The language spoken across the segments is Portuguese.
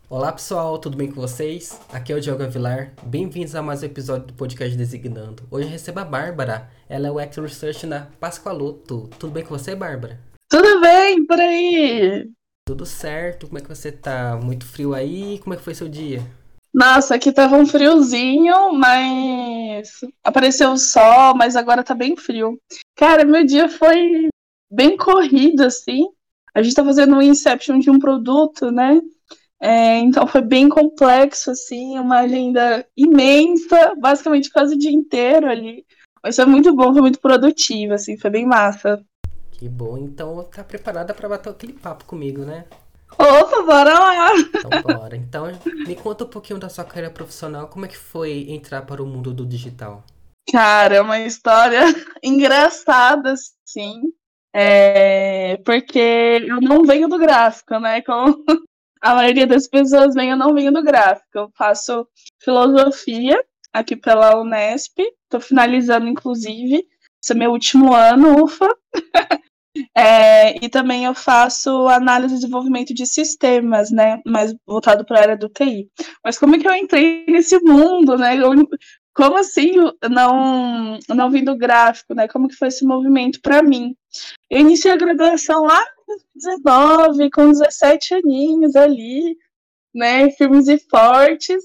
Olá pessoal, tudo bem com vocês? Aqui é o Diogo Avilar. Bem-vindos a mais um episódio do podcast Designando. Hoje eu recebo a Bárbara. Ela é o UX Research na Pascoaloto. Tudo bem com você, Bárbara? Tudo bem por aí? Tudo certo. Como é que você tá? Muito frio aí? Como é que foi seu dia? Nossa, aqui tava um friozinho, mas apareceu o sol, mas agora tá bem frio. Cara, meu dia foi bem corrido, assim. A gente tá fazendo um inception de um produto, né? Então foi bem complexo, assim, uma agenda imensa, basicamente quase o dia inteiro ali. Mas foi muito bom, foi muito produtivo, assim, foi bem massa. Que bom, então tá preparada para bater aquele papo comigo, né? Opa, bora lá! Então bora. Então me conta um pouquinho da sua carreira profissional. Como é que foi entrar para o mundo do digital? Cara, é uma história engraçada, sim. Porque eu não venho do gráfico, né? Como a maioria das pessoas vem, eu não venho do gráfico. Eu faço filosofia aqui pela Unesp, estou finalizando, inclusive. Esse é meu último ano, ufa. E também eu faço análise e desenvolvimento de sistemas, né? Mais voltado para a área do TI. Mas como é que eu entrei nesse mundo, né? Como assim não vim do gráfico, né? Como que foi esse movimento para mim? Eu iniciei a graduação lá em 19, com 17 aninhos ali, né? Firmes e fortes.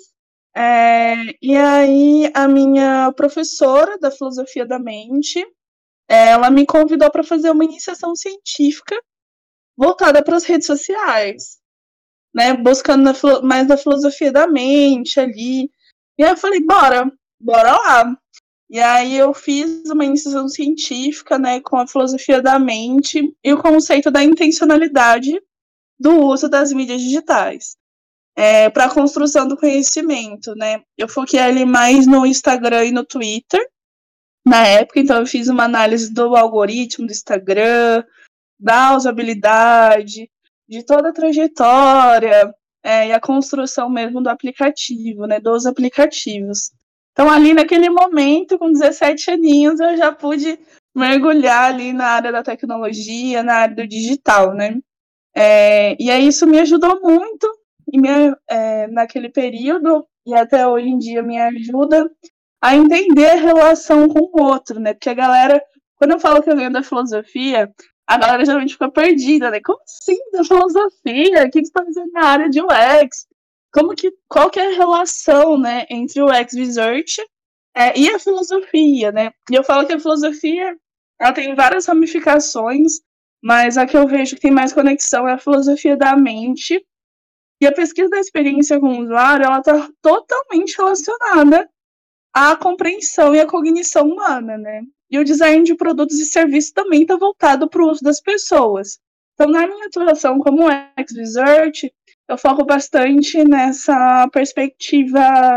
E aí a minha professora da filosofia da mente, ela me convidou para fazer uma iniciação científica voltada para as redes sociais, né? Buscando mais da filosofia da mente ali. E aí eu falei, bora lá. E aí eu fiz uma iniciação científica, né, com a filosofia da mente e o conceito da intencionalidade do uso das mídias digitais. Para a construção do conhecimento, né? Eu foquei ali mais no Instagram e no Twitter na época, então eu fiz uma análise do algoritmo do Instagram, da usabilidade, de toda a trajetória, e a construção mesmo do aplicativo, né, dos aplicativos. Então, ali naquele momento, com 17 aninhos, eu já pude mergulhar ali na área da tecnologia, na área do digital, né? E aí isso me ajudou muito naquele período, e até hoje em dia me ajuda a entender a relação com o outro, né? Porque a galera, quando eu falo que eu venho da filosofia, a galera geralmente fica perdida, né? Como assim da filosofia? O que você está fazendo na área de UX? Qual que é a relação, né, entre o UX Research e a filosofia, né? E eu falo que a filosofia, ela tem várias ramificações, mas a que eu vejo que tem mais conexão é a filosofia da mente. E a pesquisa da experiência com o usuário, ela está totalmente relacionada a compreensão e a cognição humana, né? E o design de produtos e serviços também está voltado para o uso das pessoas. Então, na minha atuação como UX Research, eu foco bastante nessa perspectiva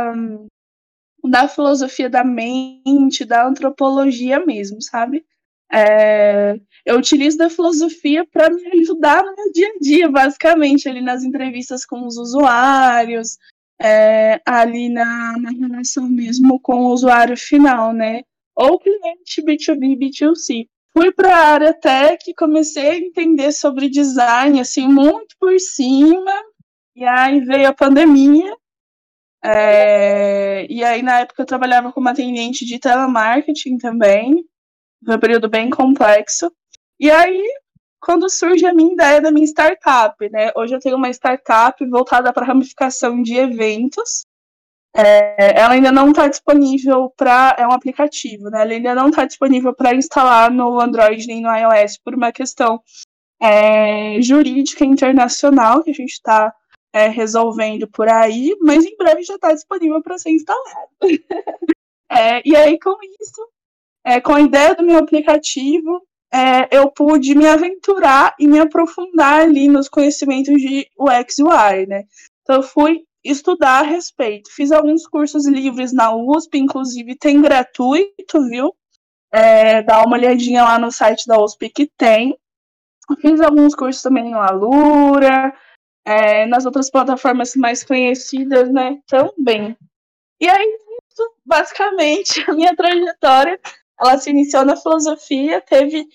da filosofia da mente, da antropologia mesmo, sabe? Eu utilizo da filosofia para me ajudar no meu dia a dia, basicamente, ali nas entrevistas com os usuários, ali na relação mesmo com o usuário final, né? Ou cliente B2B, B2C. Fui para a área tech, comecei a entender sobre design, assim, muito por cima, e aí veio a pandemia, e aí na época eu trabalhava como atendente de telemarketing também, foi um período bem complexo. E aí, quando surge a minha ideia da minha startup, né? Hoje eu tenho uma startup voltada para ramificação de eventos. Ela ainda não está disponível para. É um aplicativo, né? Ela ainda não está disponível para instalar no Android nem no iOS por uma questão jurídica internacional que a gente está resolvendo por aí, mas em breve já está disponível para ser instalado. E aí, com isso, com a ideia do meu aplicativo, eu pude me aventurar e me aprofundar ali nos conhecimentos de UX e UI, né? Então, eu fui estudar a respeito. Fiz alguns cursos livres na USP, inclusive tem gratuito, viu? Dá uma olhadinha lá no site da USP que tem. Fiz alguns cursos também no Alura, nas outras plataformas mais conhecidas, né? Também. E aí, basicamente, a minha trajetória, ela se iniciou na filosofia, teve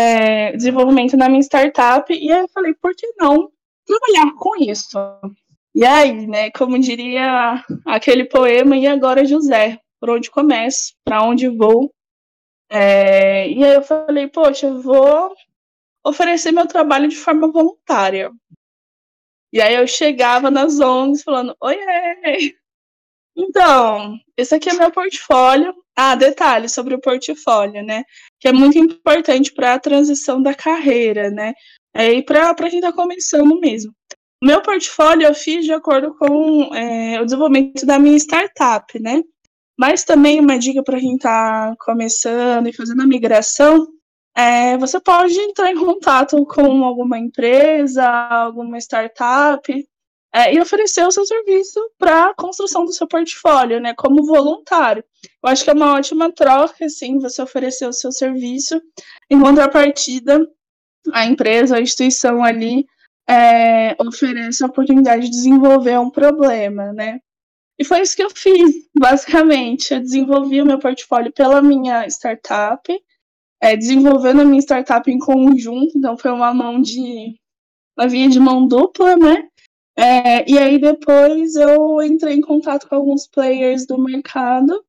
desenvolvimento na minha startup, e aí eu falei, por que não trabalhar com isso? E aí, né, como diria aquele poema, e agora, José? Por onde começo? Para onde vou? E aí eu falei, poxa, eu vou oferecer meu trabalho de forma voluntária. E aí eu chegava nas ONGs falando, oiê, então, esse aqui é meu portfólio. Ah, detalhe sobre o portfólio, né? Que é muito importante para a transição da carreira, né? E para quem está começando mesmo. O meu portfólio eu fiz de acordo com o desenvolvimento da minha startup, né? Mas também uma dica para quem está começando e fazendo a migração, você pode entrar em contato com alguma empresa, alguma startup, e oferecer o seu serviço para a construção do seu portfólio, né, como voluntário. Eu acho que é uma ótima troca, assim, você oferecer o seu serviço, em contrapartida, a empresa, a instituição ali oferece a oportunidade de desenvolver um problema, né. E foi isso que eu fiz, basicamente. Eu desenvolvi o meu portfólio pela minha startup, desenvolvendo a minha startup em conjunto, então foi uma via de mão dupla, né? E aí depois eu entrei em contato com alguns players do mercado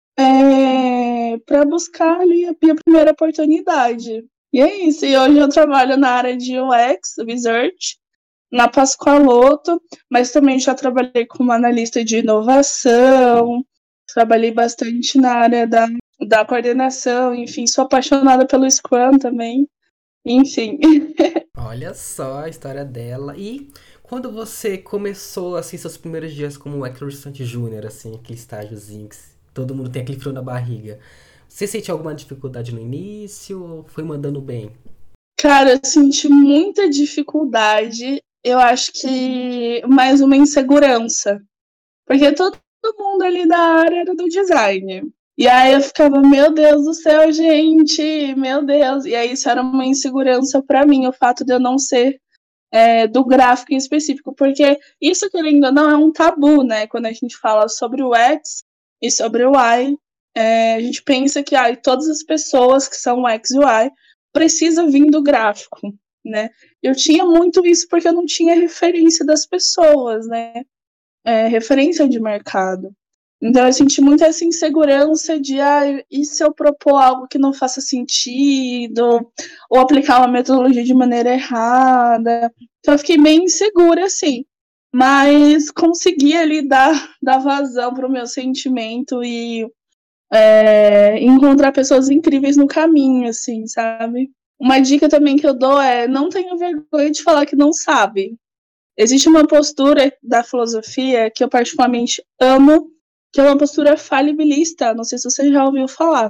para buscar ali a minha primeira oportunidade. E é isso. E hoje eu trabalho na área de UX, Research, na Pascoaloto, mas também já trabalhei como analista de inovação, trabalhei bastante na área da coordenação, enfim, sou apaixonada pelo Scrum também, enfim. Olha só a história dela. E quando você começou, assim, seus primeiros dias como Research Júnior, assim, aquele estágiozinho que todo mundo tem aquele frio na barriga, você sentiu alguma dificuldade no início ou foi mandando bem? Cara, eu senti muita dificuldade, eu acho que mais uma insegurança, porque todo mundo ali da área era do design. E aí eu ficava, meu Deus do céu, gente, meu Deus. E aí isso era uma insegurança para mim, o fato de eu não ser do gráfico em específico, porque isso, querendo ou não, é um tabu, né? Quando a gente fala sobre o X e sobre o Y, a gente pensa que todas as pessoas que são X e Y precisam vir do gráfico, né? Eu tinha muito isso porque eu não tinha referência das pessoas, né? Referência de mercado. Então eu senti muito essa insegurança de e se eu propor algo que não faça sentido, ou aplicar uma metodologia de maneira errada. Então eu fiquei bem insegura, assim. Mas consegui ali dar vazão para o meu sentimento e encontrar pessoas incríveis no caminho, assim, sabe? Uma dica também que eu dou é não tenha vergonha de falar que não sabe. Existe uma postura da filosofia que eu particularmente amo, que é uma postura falibilista, não sei se você já ouviu falar.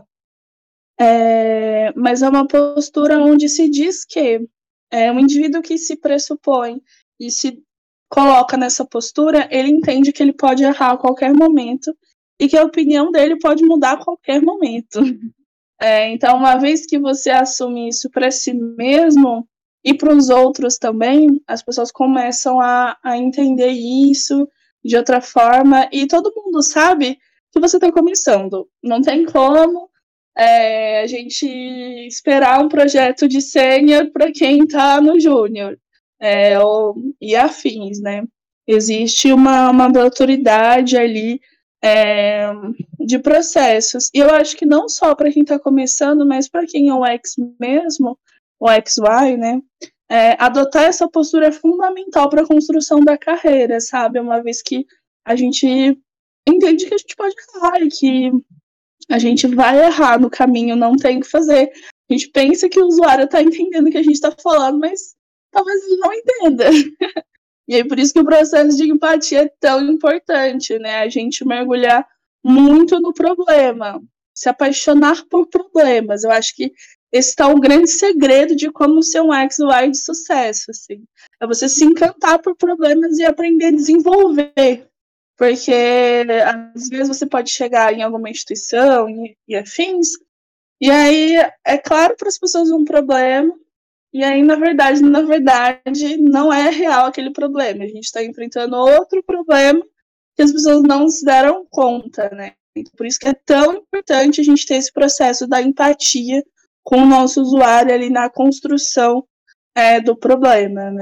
Mas é uma postura onde se diz que um indivíduo que se pressupõe e se coloca nessa postura, ele entende que ele pode errar a qualquer momento e que a opinião dele pode mudar a qualquer momento. Então, uma vez que você assume isso para si mesmo e para os outros também, as pessoas começam a entender isso de outra forma e todo mundo sabe que você está começando. Não tem como a gente esperar um projeto de sênior para quem está no júnior e afins, né? Existe uma maturidade ali de processos. E eu acho que não só para quem está começando, mas para quem é o X mesmo, o XY, né? Adotar essa postura é fundamental para a construção da carreira, sabe? Uma vez que a gente entende que a gente pode errar e que a gente vai errar no caminho, não tem o que fazer. A gente pensa que o usuário está entendendo o que a gente está falando, mas talvez ele não entenda. E aí, por isso que o processo de empatia é tão importante, né? A gente mergulhar muito no problema, se apaixonar por problemas. Eu acho que esse está um grande segredo de como ser um XY de sucesso, assim. É você se encantar por problemas e aprender a desenvolver. Porque, às vezes, você pode chegar em alguma instituição e afins, e aí, é claro para as pessoas um problema, e aí, na verdade, não é real aquele problema. A gente está enfrentando outro problema que as pessoas não se deram conta, né? Então, por isso que é tão importante a gente ter esse processo da empatia com o nosso usuário ali na construção do problema, né?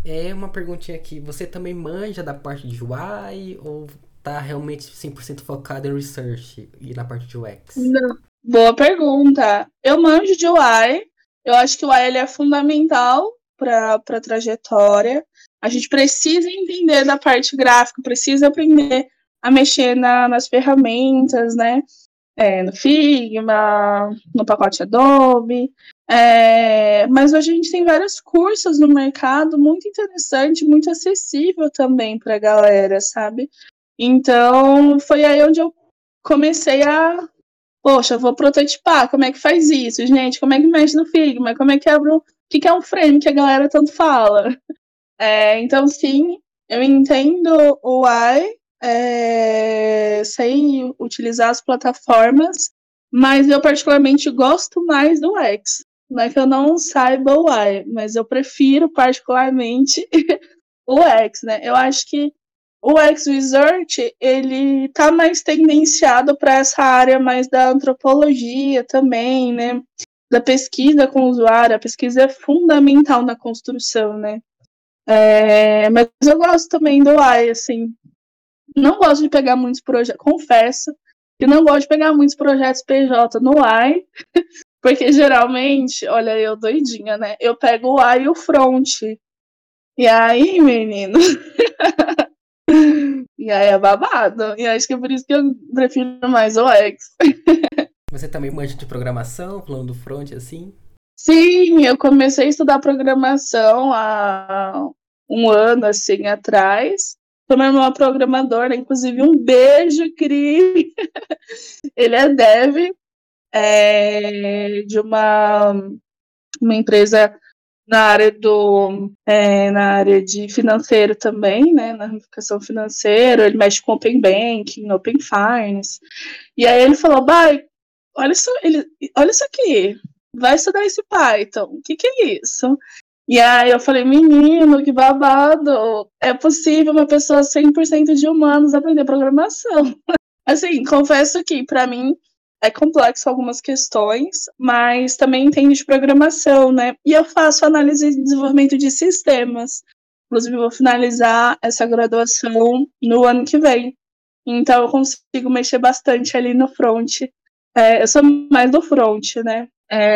É uma perguntinha aqui. Você também manja da parte de UI ou tá realmente 100% focado em research e na parte de UX? Não. Boa pergunta. Eu manjo de UI. Eu acho que o UI ele é fundamental para a trajetória. A gente precisa entender da parte gráfica, precisa aprender a mexer nas ferramentas, né? No Figma, no pacote Adobe. Mas hoje a gente tem vários cursos no mercado, muito interessante, muito acessível também para a galera, sabe? Então, foi aí onde eu comecei poxa, eu vou prototipar, como é que faz isso, gente? Como é que mexe no Figma? Como é que abre o que é um frame que a galera tanto fala? Então, sim, eu entendo o UI, sei utilizar as plataformas, mas eu particularmente gosto mais do X. Não é que eu não saiba o UI, mas eu prefiro particularmente o X, né? Eu acho que o X Research, ele tá mais tendenciado para essa área mais da antropologia também, né? Da pesquisa com o usuário. A pesquisa é fundamental na construção, né? Mas eu gosto também do AI, assim. Não gosto de pegar muitos projetos, confesso que não gosto de pegar muitos projetos PJ no AI, porque geralmente, olha eu doidinha, né? Eu pego o AI e o front. E aí, menino, e aí é babado. E acho que é por isso que eu prefiro mais o X. Você também manja de programação, plano do front, assim? Sim, eu comecei a estudar programação há um ano, assim, atrás. Sou meu irmão é programador, né? Inclusive um beijo, Cris. Ele é dev de uma empresa na área na área de financeiro também, né? Na ramificação financeira, ele mexe com Open Banking, Open Finance. E aí ele falou, Bai, olha isso aqui, vai estudar esse Python, o que é isso? E aí eu falei, menino, que babado, é possível uma pessoa 100% de humanos aprender programação. Assim, confesso que para mim é complexo algumas questões, mas também entendo de programação, né? E eu faço análise e desenvolvimento de sistemas. Inclusive, vou finalizar essa graduação no ano que vem. Então, eu consigo mexer bastante ali no front. Eu sou mais do front, né?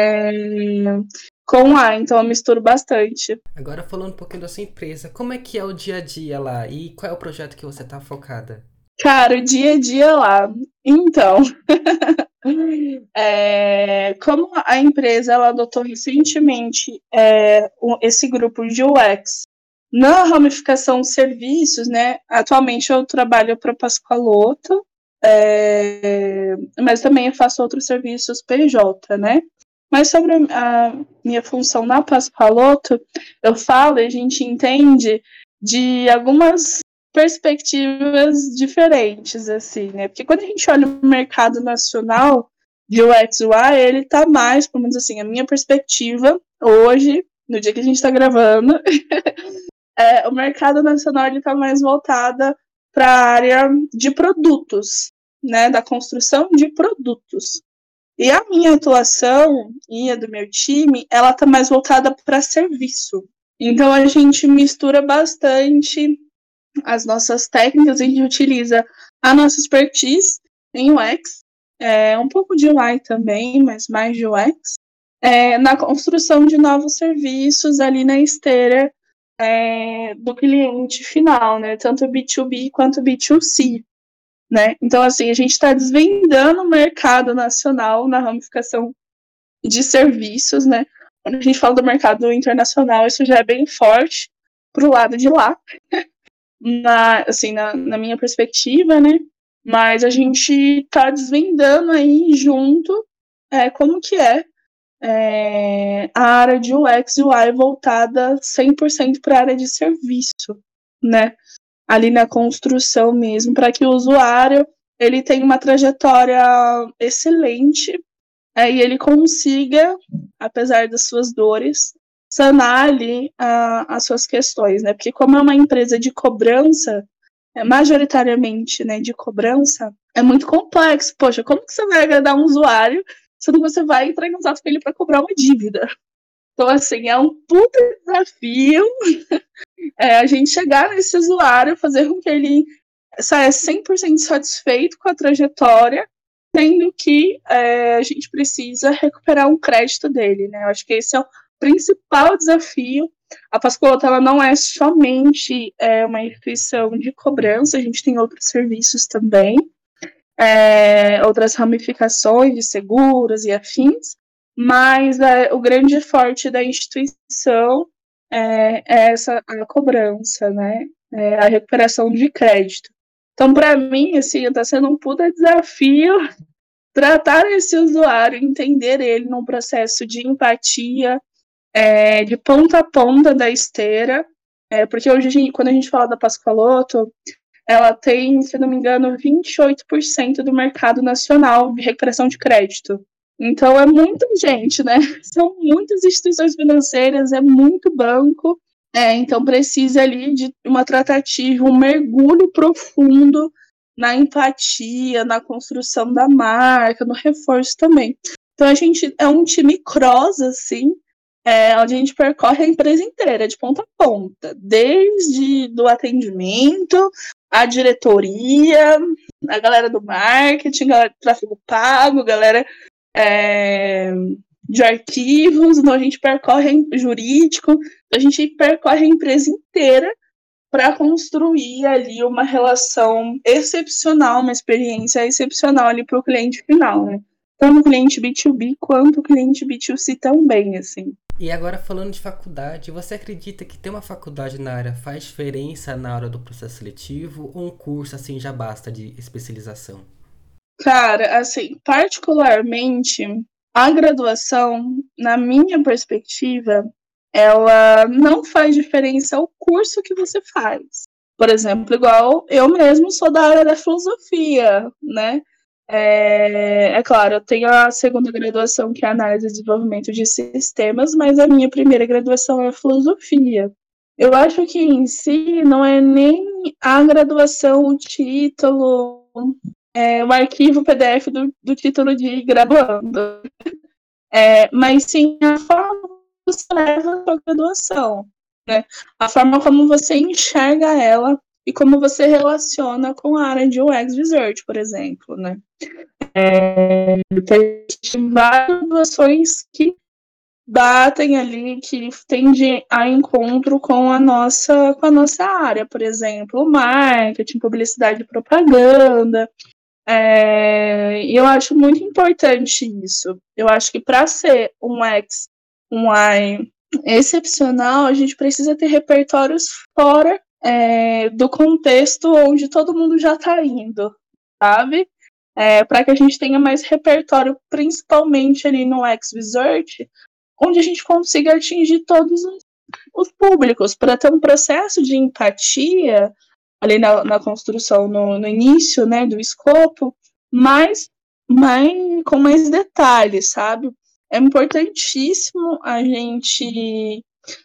Com A, então eu misturo bastante. Agora falando um pouquinho da sua empresa, como é que é o dia a dia lá e qual é o projeto que você tá focada? Cara, o dia a dia lá. Então, como a empresa ela adotou recentemente esse grupo de UX na ramificação de serviços, né? Atualmente eu trabalho para Pascoaloto, mas também eu faço outros serviços PJ, né? Mas sobre a minha função na Pascoaloto, eu falo e a gente entende de algumas perspectivas diferentes, assim, né? Porque quando a gente olha o mercado nacional de UX UI, ele tá mais, pelo menos assim, a minha perspectiva hoje, no dia que a gente está gravando, o mercado nacional ele tá mais voltada para a área de produtos, né? Da construção de produtos. E a minha atuação e a do meu time, ela tá mais voltada para serviço. Então a gente mistura bastante as nossas técnicas, a gente utiliza a nossa expertise em UX, um pouco de UI também, mas mais de UX, na construção de novos serviços ali na esteira do cliente final, né? Tanto B2B quanto B2C. Né? Então, assim, a gente está desvendando o mercado nacional na ramificação de serviços, né? Quando a gente fala do mercado internacional, isso já é bem forte para o lado de lá, na minha perspectiva, né? Mas a gente está desvendando aí junto como que a área de UX e UI voltada 100% para a área de serviço, né? Ali na construção mesmo, para que o usuário ele tenha uma trajetória excelente e ele consiga, apesar das suas dores, sanar ali as suas questões, né? Porque como é uma empresa de cobrança, majoritariamente, né, de cobrança, é muito complexo. Poxa, como que você vai agradar um usuário se você vai entrar em contato com ele para cobrar uma dívida? Então, assim, é um puta desafio a gente chegar nesse usuário, fazer com que ele saia 100% satisfeito com a trajetória, sendo que a gente precisa recuperar um crédito dele, né? Eu acho que esse é o principal desafio. A Pascoaloto, ela não é somente uma instituição de cobrança, a gente tem outros serviços também, outras ramificações de seguros e afins, mas o grande forte da instituição é a cobrança, né? A recuperação de crédito. Então, para mim, assim, está sendo um puta desafio tratar esse usuário, entender ele num processo de empatia, de ponta a ponta da esteira, porque hoje, quando a gente fala da Pascoaloto, ela tem, se não me engano, 28% do mercado nacional de recuperação de crédito. Então, é muita gente, né? São muitas instituições financeiras, é muito banco. Então, precisa ali de uma tratativa, um mergulho profundo na empatia, na construção da marca, no reforço também. Então, a gente é um time cross, assim, onde a gente percorre a empresa inteira, de ponta a ponta, desde do atendimento, a diretoria, a galera do marketing, a galera do tráfego pago, galera de arquivos, então a gente percorre jurídico, a gente percorre a empresa inteira para construir ali uma relação excepcional, uma experiência excepcional ali para o cliente final, né? Tanto o cliente B2B quanto o cliente B2C também, assim. E agora falando de faculdade, você acredita que ter uma faculdade na área faz diferença na hora do processo seletivo ou um curso assim já basta de especialização? Cara, assim, particularmente a graduação, na minha perspectiva, ela não faz diferença o curso que você faz. Por exemplo, igual eu mesmo sou da área da filosofia, né? Claro, eu tenho a segunda graduação, que é a análise e desenvolvimento de sistemas, mas a minha primeira graduação é filosofia. Eu acho que em si não é nem a graduação, o título, o arquivo PDF do título de graduando, mas sim a forma como você leva a sua graduação, né? A forma como você enxerga ela e como você relaciona com a área de UX Research, por exemplo, né? Tem várias graduações que batem ali, que tendem a encontro com a nossa área, por exemplo, marketing, publicidade e propaganda. E eu acho muito importante isso. Eu acho que para ser um X, um Y excepcional, a gente precisa ter repertórios fora do contexto onde todo mundo já está indo, sabe? Para que a gente tenha mais repertório, principalmente ali no X Research, onde a gente consiga atingir todos os públicos, para ter um processo de empatia ali na construção, no início, né, do escopo, mas com mais detalhes, sabe? É importantíssimo a gente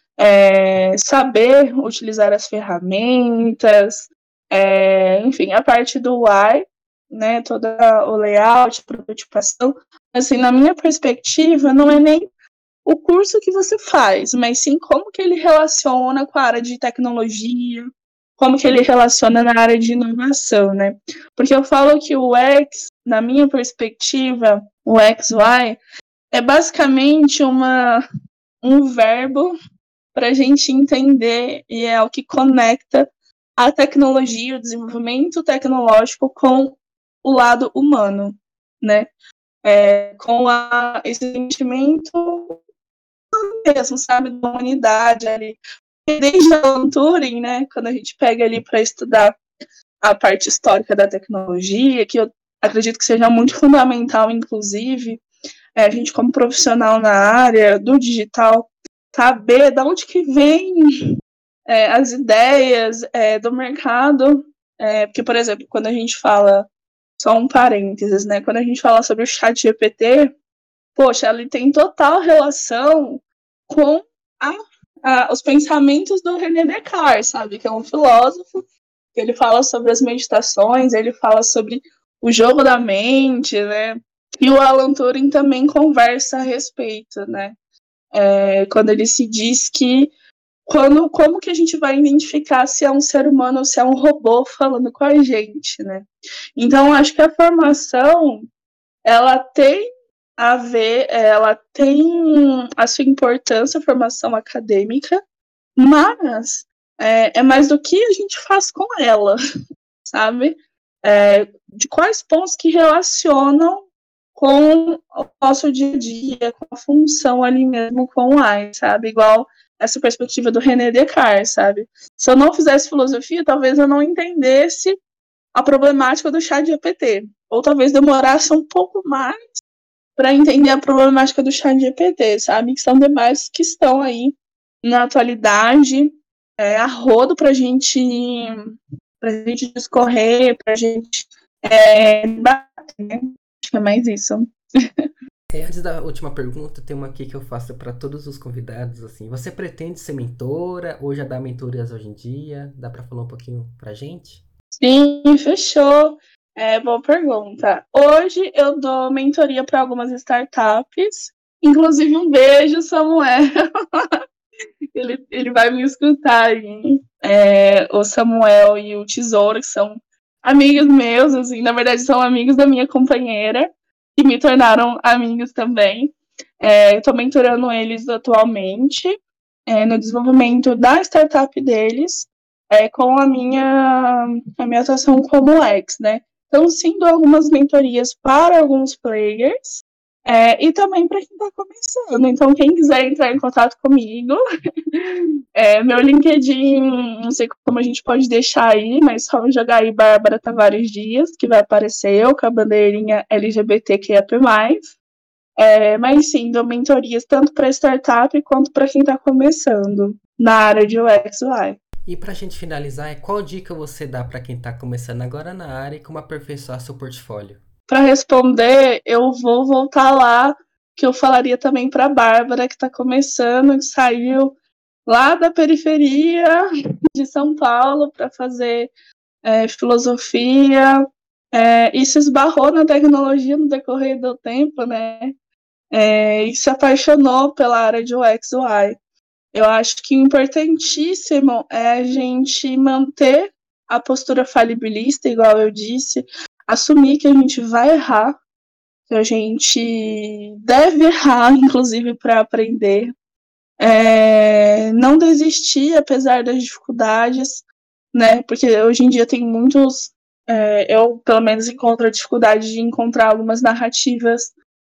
saber utilizar as ferramentas, enfim, a parte do why, né, todo o layout, prototipação, assim, na minha perspectiva, não é nem o curso que você faz, mas sim como que ele relaciona com a área de tecnologia, como que ele relaciona na área de inovação, né? Porque eu falo que o X, na minha perspectiva, o XY, é basicamente um verbo para a gente entender, e é o que conecta a tecnologia, o desenvolvimento tecnológico com o lado humano, né? Com esse sentimento mesmo, sabe, da humanidade ali. Desde Alan Turing, né, quando a gente pega ali para estudar a parte histórica da tecnologia, que eu acredito que seja muito fundamental, inclusive, a gente como profissional na área do digital, saber de onde que vem as ideias do mercado, porque, por exemplo, quando a gente fala, só um parênteses, né, quando a gente fala sobre o chat GPT, poxa, ele tem total relação com os pensamentos do René Descartes, sabe? Que é um filósofo, que ele fala sobre as meditações, ele fala sobre o jogo da mente, né? E o Alan Turing também conversa a respeito, né? Quando ele se diz que como que a gente vai identificar se é um ser humano ou se é um robô falando com a gente, né? Então, acho que a formação, ela tem a ver, ela tem a sua importância, a formação acadêmica, mas é mais do que a gente faz com ela, sabe? De quais pontos que relacionam com o nosso dia a dia, com a função ali mesmo com o AI, sabe? Igual essa perspectiva do René Descartes, sabe? Se eu não fizesse filosofia, talvez eu não entendesse a problemática do ChatGPT, ou talvez demorasse um pouco mais para entender a problemática do ChatGPT, sabe? Que são debates que estão aí na atualidade, a rodo para a gente discorrer, para a gente debater, né? Acho que é mais isso. Antes da última pergunta, tem uma aqui que eu faço para todos os convidados, assim. Você pretende ser mentora ou já dá mentorias hoje em dia? Dá para falar um pouquinho pra gente? Sim, fechou. Boa pergunta. Hoje eu dou mentoria para algumas startups. Inclusive, um beijo, Samuel. Ele vai me escutar aí. O Samuel e o Tesouro, que são amigos meus, assim, na verdade são amigos da minha companheira, que me tornaram amigos também. Eu estou mentorando eles atualmente no desenvolvimento da startup deles, com a minha atuação como ex, né? Então, sim, dou algumas mentorias para alguns players e também para quem está começando. Então, quem quiser entrar em contato comigo, meu LinkedIn, não sei como a gente pode deixar aí, mas só jogar aí Bárbara Tavares Dias, que vai aparecer eu com a bandeirinha LGBTQIA+. Mas sim, dou mentorias tanto para startup quanto para quem está começando na área de UX UI. E pra gente finalizar, qual dica você dá para quem tá começando agora na área e como aperfeiçoar seu portfólio? Para responder, eu vou voltar lá, que eu falaria também para a Bárbara, que está começando, que saiu lá da periferia de São Paulo para fazer filosofia, e se esbarrou na tecnologia no decorrer do tempo, né? E se apaixonou pela área de UX UI. Eu acho que o importantíssimo é a gente manter a postura falibilista, igual eu disse, assumir que a gente vai errar, que a gente deve errar, inclusive, para aprender. Não desistir, apesar das dificuldades, né? Porque hoje em dia tem muitos. Eu, pelo menos, encontro a dificuldade de encontrar algumas narrativas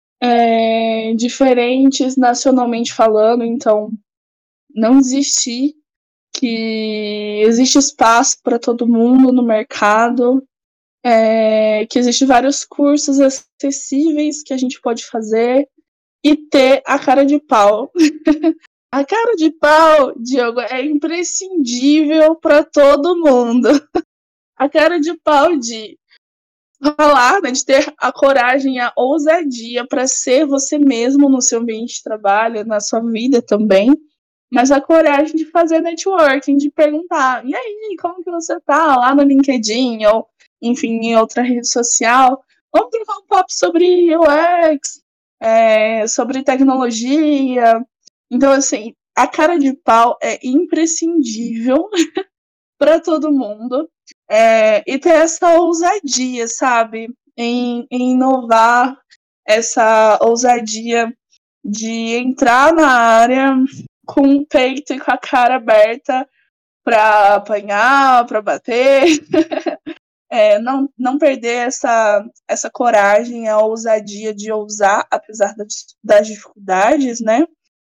diferentes nacionalmente falando, então não desistir, que existe espaço para todo mundo no mercado, que existem vários cursos acessíveis que a gente pode fazer e ter a cara de pau. A cara de pau, Diogo, é imprescindível para todo mundo. A cara de pau de falar, né, de ter a coragem, a ousadia para ser você mesmo no seu ambiente de trabalho, na sua vida também, mas a coragem de fazer networking, de perguntar, e aí, como que você tá lá no LinkedIn, ou, enfim, em outra rede social? Vamos trocar um papo sobre UX, sobre tecnologia. Então, assim, a cara de pau é imprescindível para todo mundo, e ter essa ousadia, sabe, em inovar, essa ousadia de entrar na área com o peito e com a cara aberta para apanhar, para bater, não perder essa coragem, a ousadia de ousar, apesar das dificuldades, né?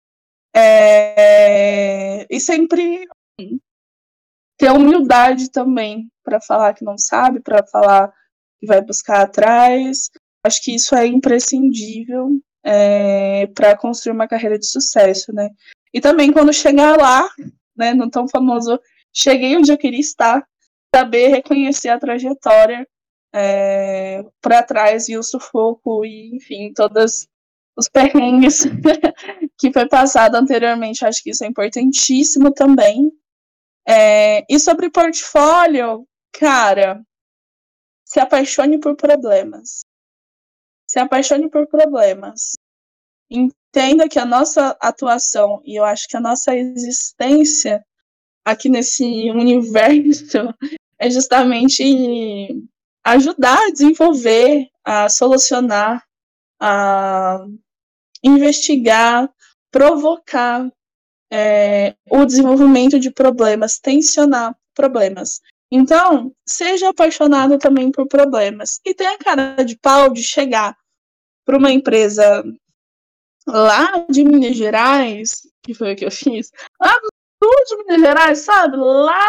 E sempre ter humildade também para falar que não sabe, para falar que vai buscar atrás. Acho que isso é imprescindível para construir uma carreira de sucesso, né? E também quando chegar lá, né, no tão famoso cheguei onde eu queria estar, saber reconhecer a trajetória para trás e o sufoco e, enfim, todos os perrengues que foi passado anteriormente. Acho que isso é importantíssimo também. E sobre portfólio, cara, se apaixone por problemas. Se apaixone por problemas. entenda que a nossa atuação e eu acho que a nossa existência aqui nesse universo é justamente ajudar a desenvolver, a solucionar, a investigar, provocar o desenvolvimento de problemas, tensionar problemas. Então, seja apaixonado também por problemas. E tenha a cara de pau de chegar para uma empresa lá de Minas Gerais, que foi o que eu fiz, lá do sul de Minas Gerais, sabe?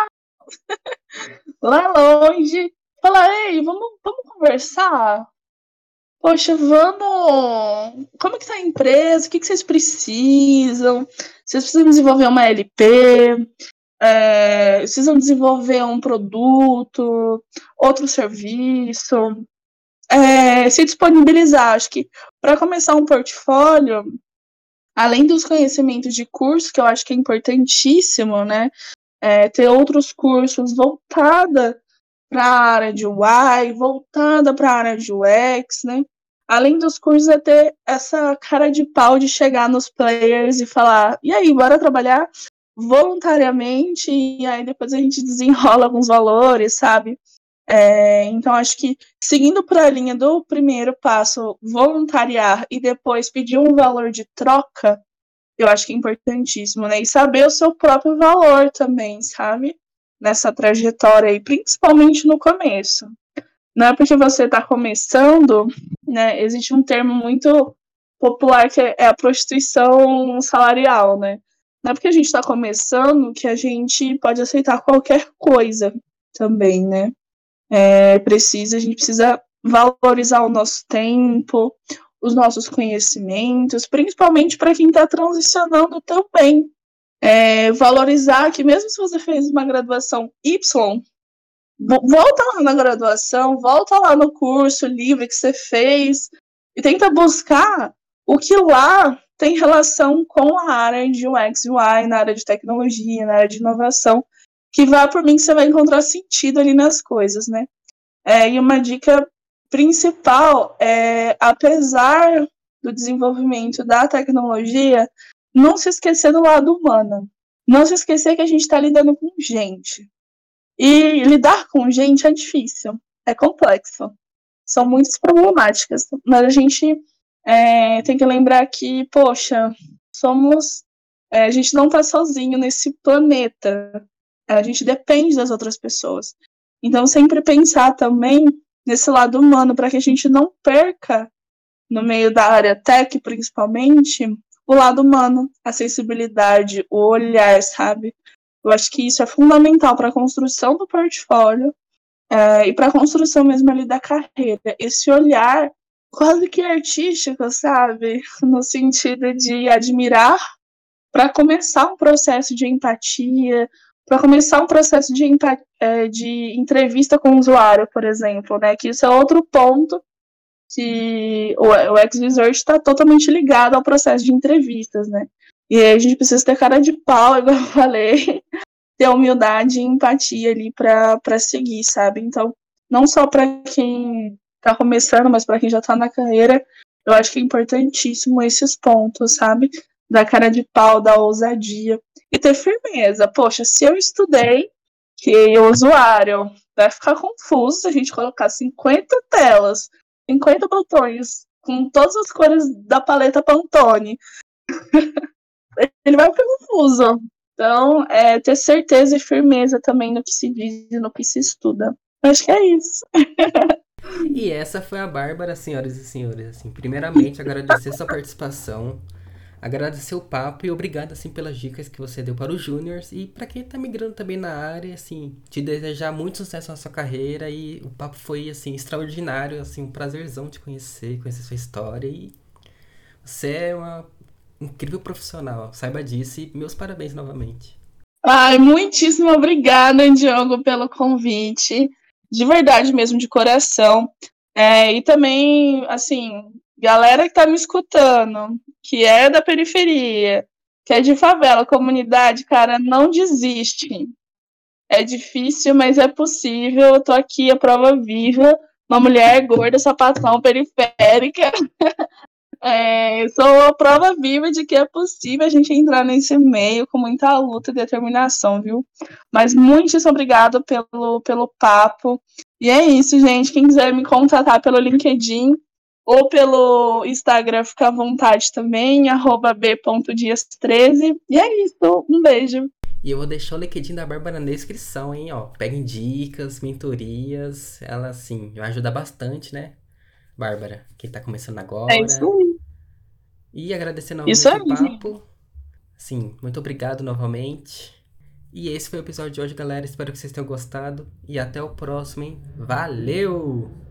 Lá longe. Falar, ei, vamos conversar? Poxa, vamos. Como que tá a empresa? O que vocês precisam? Vocês precisam desenvolver uma LP? Precisam desenvolver um produto, outro serviço? Se disponibilizar. Acho que para começar um portfólio, além dos conhecimentos de curso, que eu acho que é importantíssimo, né? Ter outros cursos voltada para a área de UI, voltada para a área de UX, né? Além dos cursos, é ter essa cara de pau de chegar nos players e falar, e aí, bora trabalhar voluntariamente, e aí depois a gente desenrola alguns valores, sabe? Então, acho que seguindo por a linha do primeiro passo, voluntariar, e depois pedir um valor de troca, eu acho que é importantíssimo, né? E saber o seu próprio valor também, sabe? Nessa trajetória aí, principalmente no começo. Não é porque você está começando, né? Existe um termo muito popular que é a prostituição salarial, né? Não é porque a gente está começando que a gente pode aceitar qualquer coisa também, né? A gente precisa valorizar o nosso tempo, os nossos conhecimentos, principalmente para quem está transicionando também. Valorizar que mesmo se você fez uma graduação Y, volta lá na graduação, volta lá no curso livre que você fez e tenta buscar o que lá tem relação com a área de UX e UI, na área de tecnologia, na área de inovação, que vá por mim que você vai encontrar sentido ali nas coisas, né? E uma dica principal é, apesar do desenvolvimento da tecnologia, não se esquecer do lado humano. Não se esquecer que a gente está lidando com gente. E lidar com gente é difícil, é complexo. São muitas problemáticas. Mas a gente tem que lembrar que, poxa, a gente não está sozinho nesse planeta. A gente depende das outras pessoas. Então, sempre pensar também nesse lado humano, para que a gente não perca, no meio da área tech, principalmente, o lado humano, a sensibilidade, o olhar, sabe? Eu acho que isso é fundamental para a construção do portfólio e para a construção mesmo ali da carreira. Esse olhar quase que artístico, sabe? No sentido de admirar para começar um processo de empatia, para começar um processo de entrevista com o usuário, por exemplo, né? Que isso é outro ponto que o X-Resort está totalmente ligado ao processo de entrevistas, né? E aí a gente precisa ter cara de pau, igual eu falei, ter humildade e empatia ali para seguir, sabe? Então, não só para quem está começando, mas para quem já está na carreira, eu acho que é importantíssimo esses pontos, sabe? Da cara de pau, da ousadia e ter firmeza. Poxa, se eu estudei que o usuário vai ficar confuso se a gente colocar 50 telas, 50 botões, com todas as cores da paleta Pantone, ele vai ficar confuso. Então, ter certeza e firmeza também no que se diz e no que se estuda. Acho que é isso. E essa foi a Bárbara, senhoras e senhores. Assim, primeiramente, agradecer sua participação, agradecer o papo e obrigado assim, pelas dicas que você deu para os júniors e para quem está migrando também na área, assim, te desejar muito sucesso na sua carreira e o papo foi assim, extraordinário, assim, um prazerzão te conhecer sua história e você é uma incrível profissional, saiba disso e meus parabéns novamente. Ai, muitíssimo obrigada, Diogo, pelo convite. De verdade mesmo, de coração. E também, assim, galera que tá me escutando, que é da periferia, que é de favela, comunidade, cara, não desiste. É difícil, mas é possível. Eu tô aqui, a prova viva. Uma mulher gorda, sapatão, periférica. Sou a prova viva de que é possível a gente entrar nesse meio com muita luta e determinação, viu? Mas muitíssimo obrigado pelo papo. E é isso, gente. Quem quiser me contatar pelo LinkedIn ou pelo Instagram, fica à vontade também, @b.dias13. E é isso. Um beijo. E eu vou deixar o LinkedIn da Bárbara na descrição, hein, ó. Peguem dicas, mentorias. Ela, assim, vai ajudar bastante, né, Bárbara? Quem tá começando É isso agora. aí. E agradecer Isso novamente aí, o gente. papo. Sim, muito obrigado novamente. E esse foi o episódio de hoje, galera. Espero que vocês tenham gostado. E até o próximo, hein? Valeu!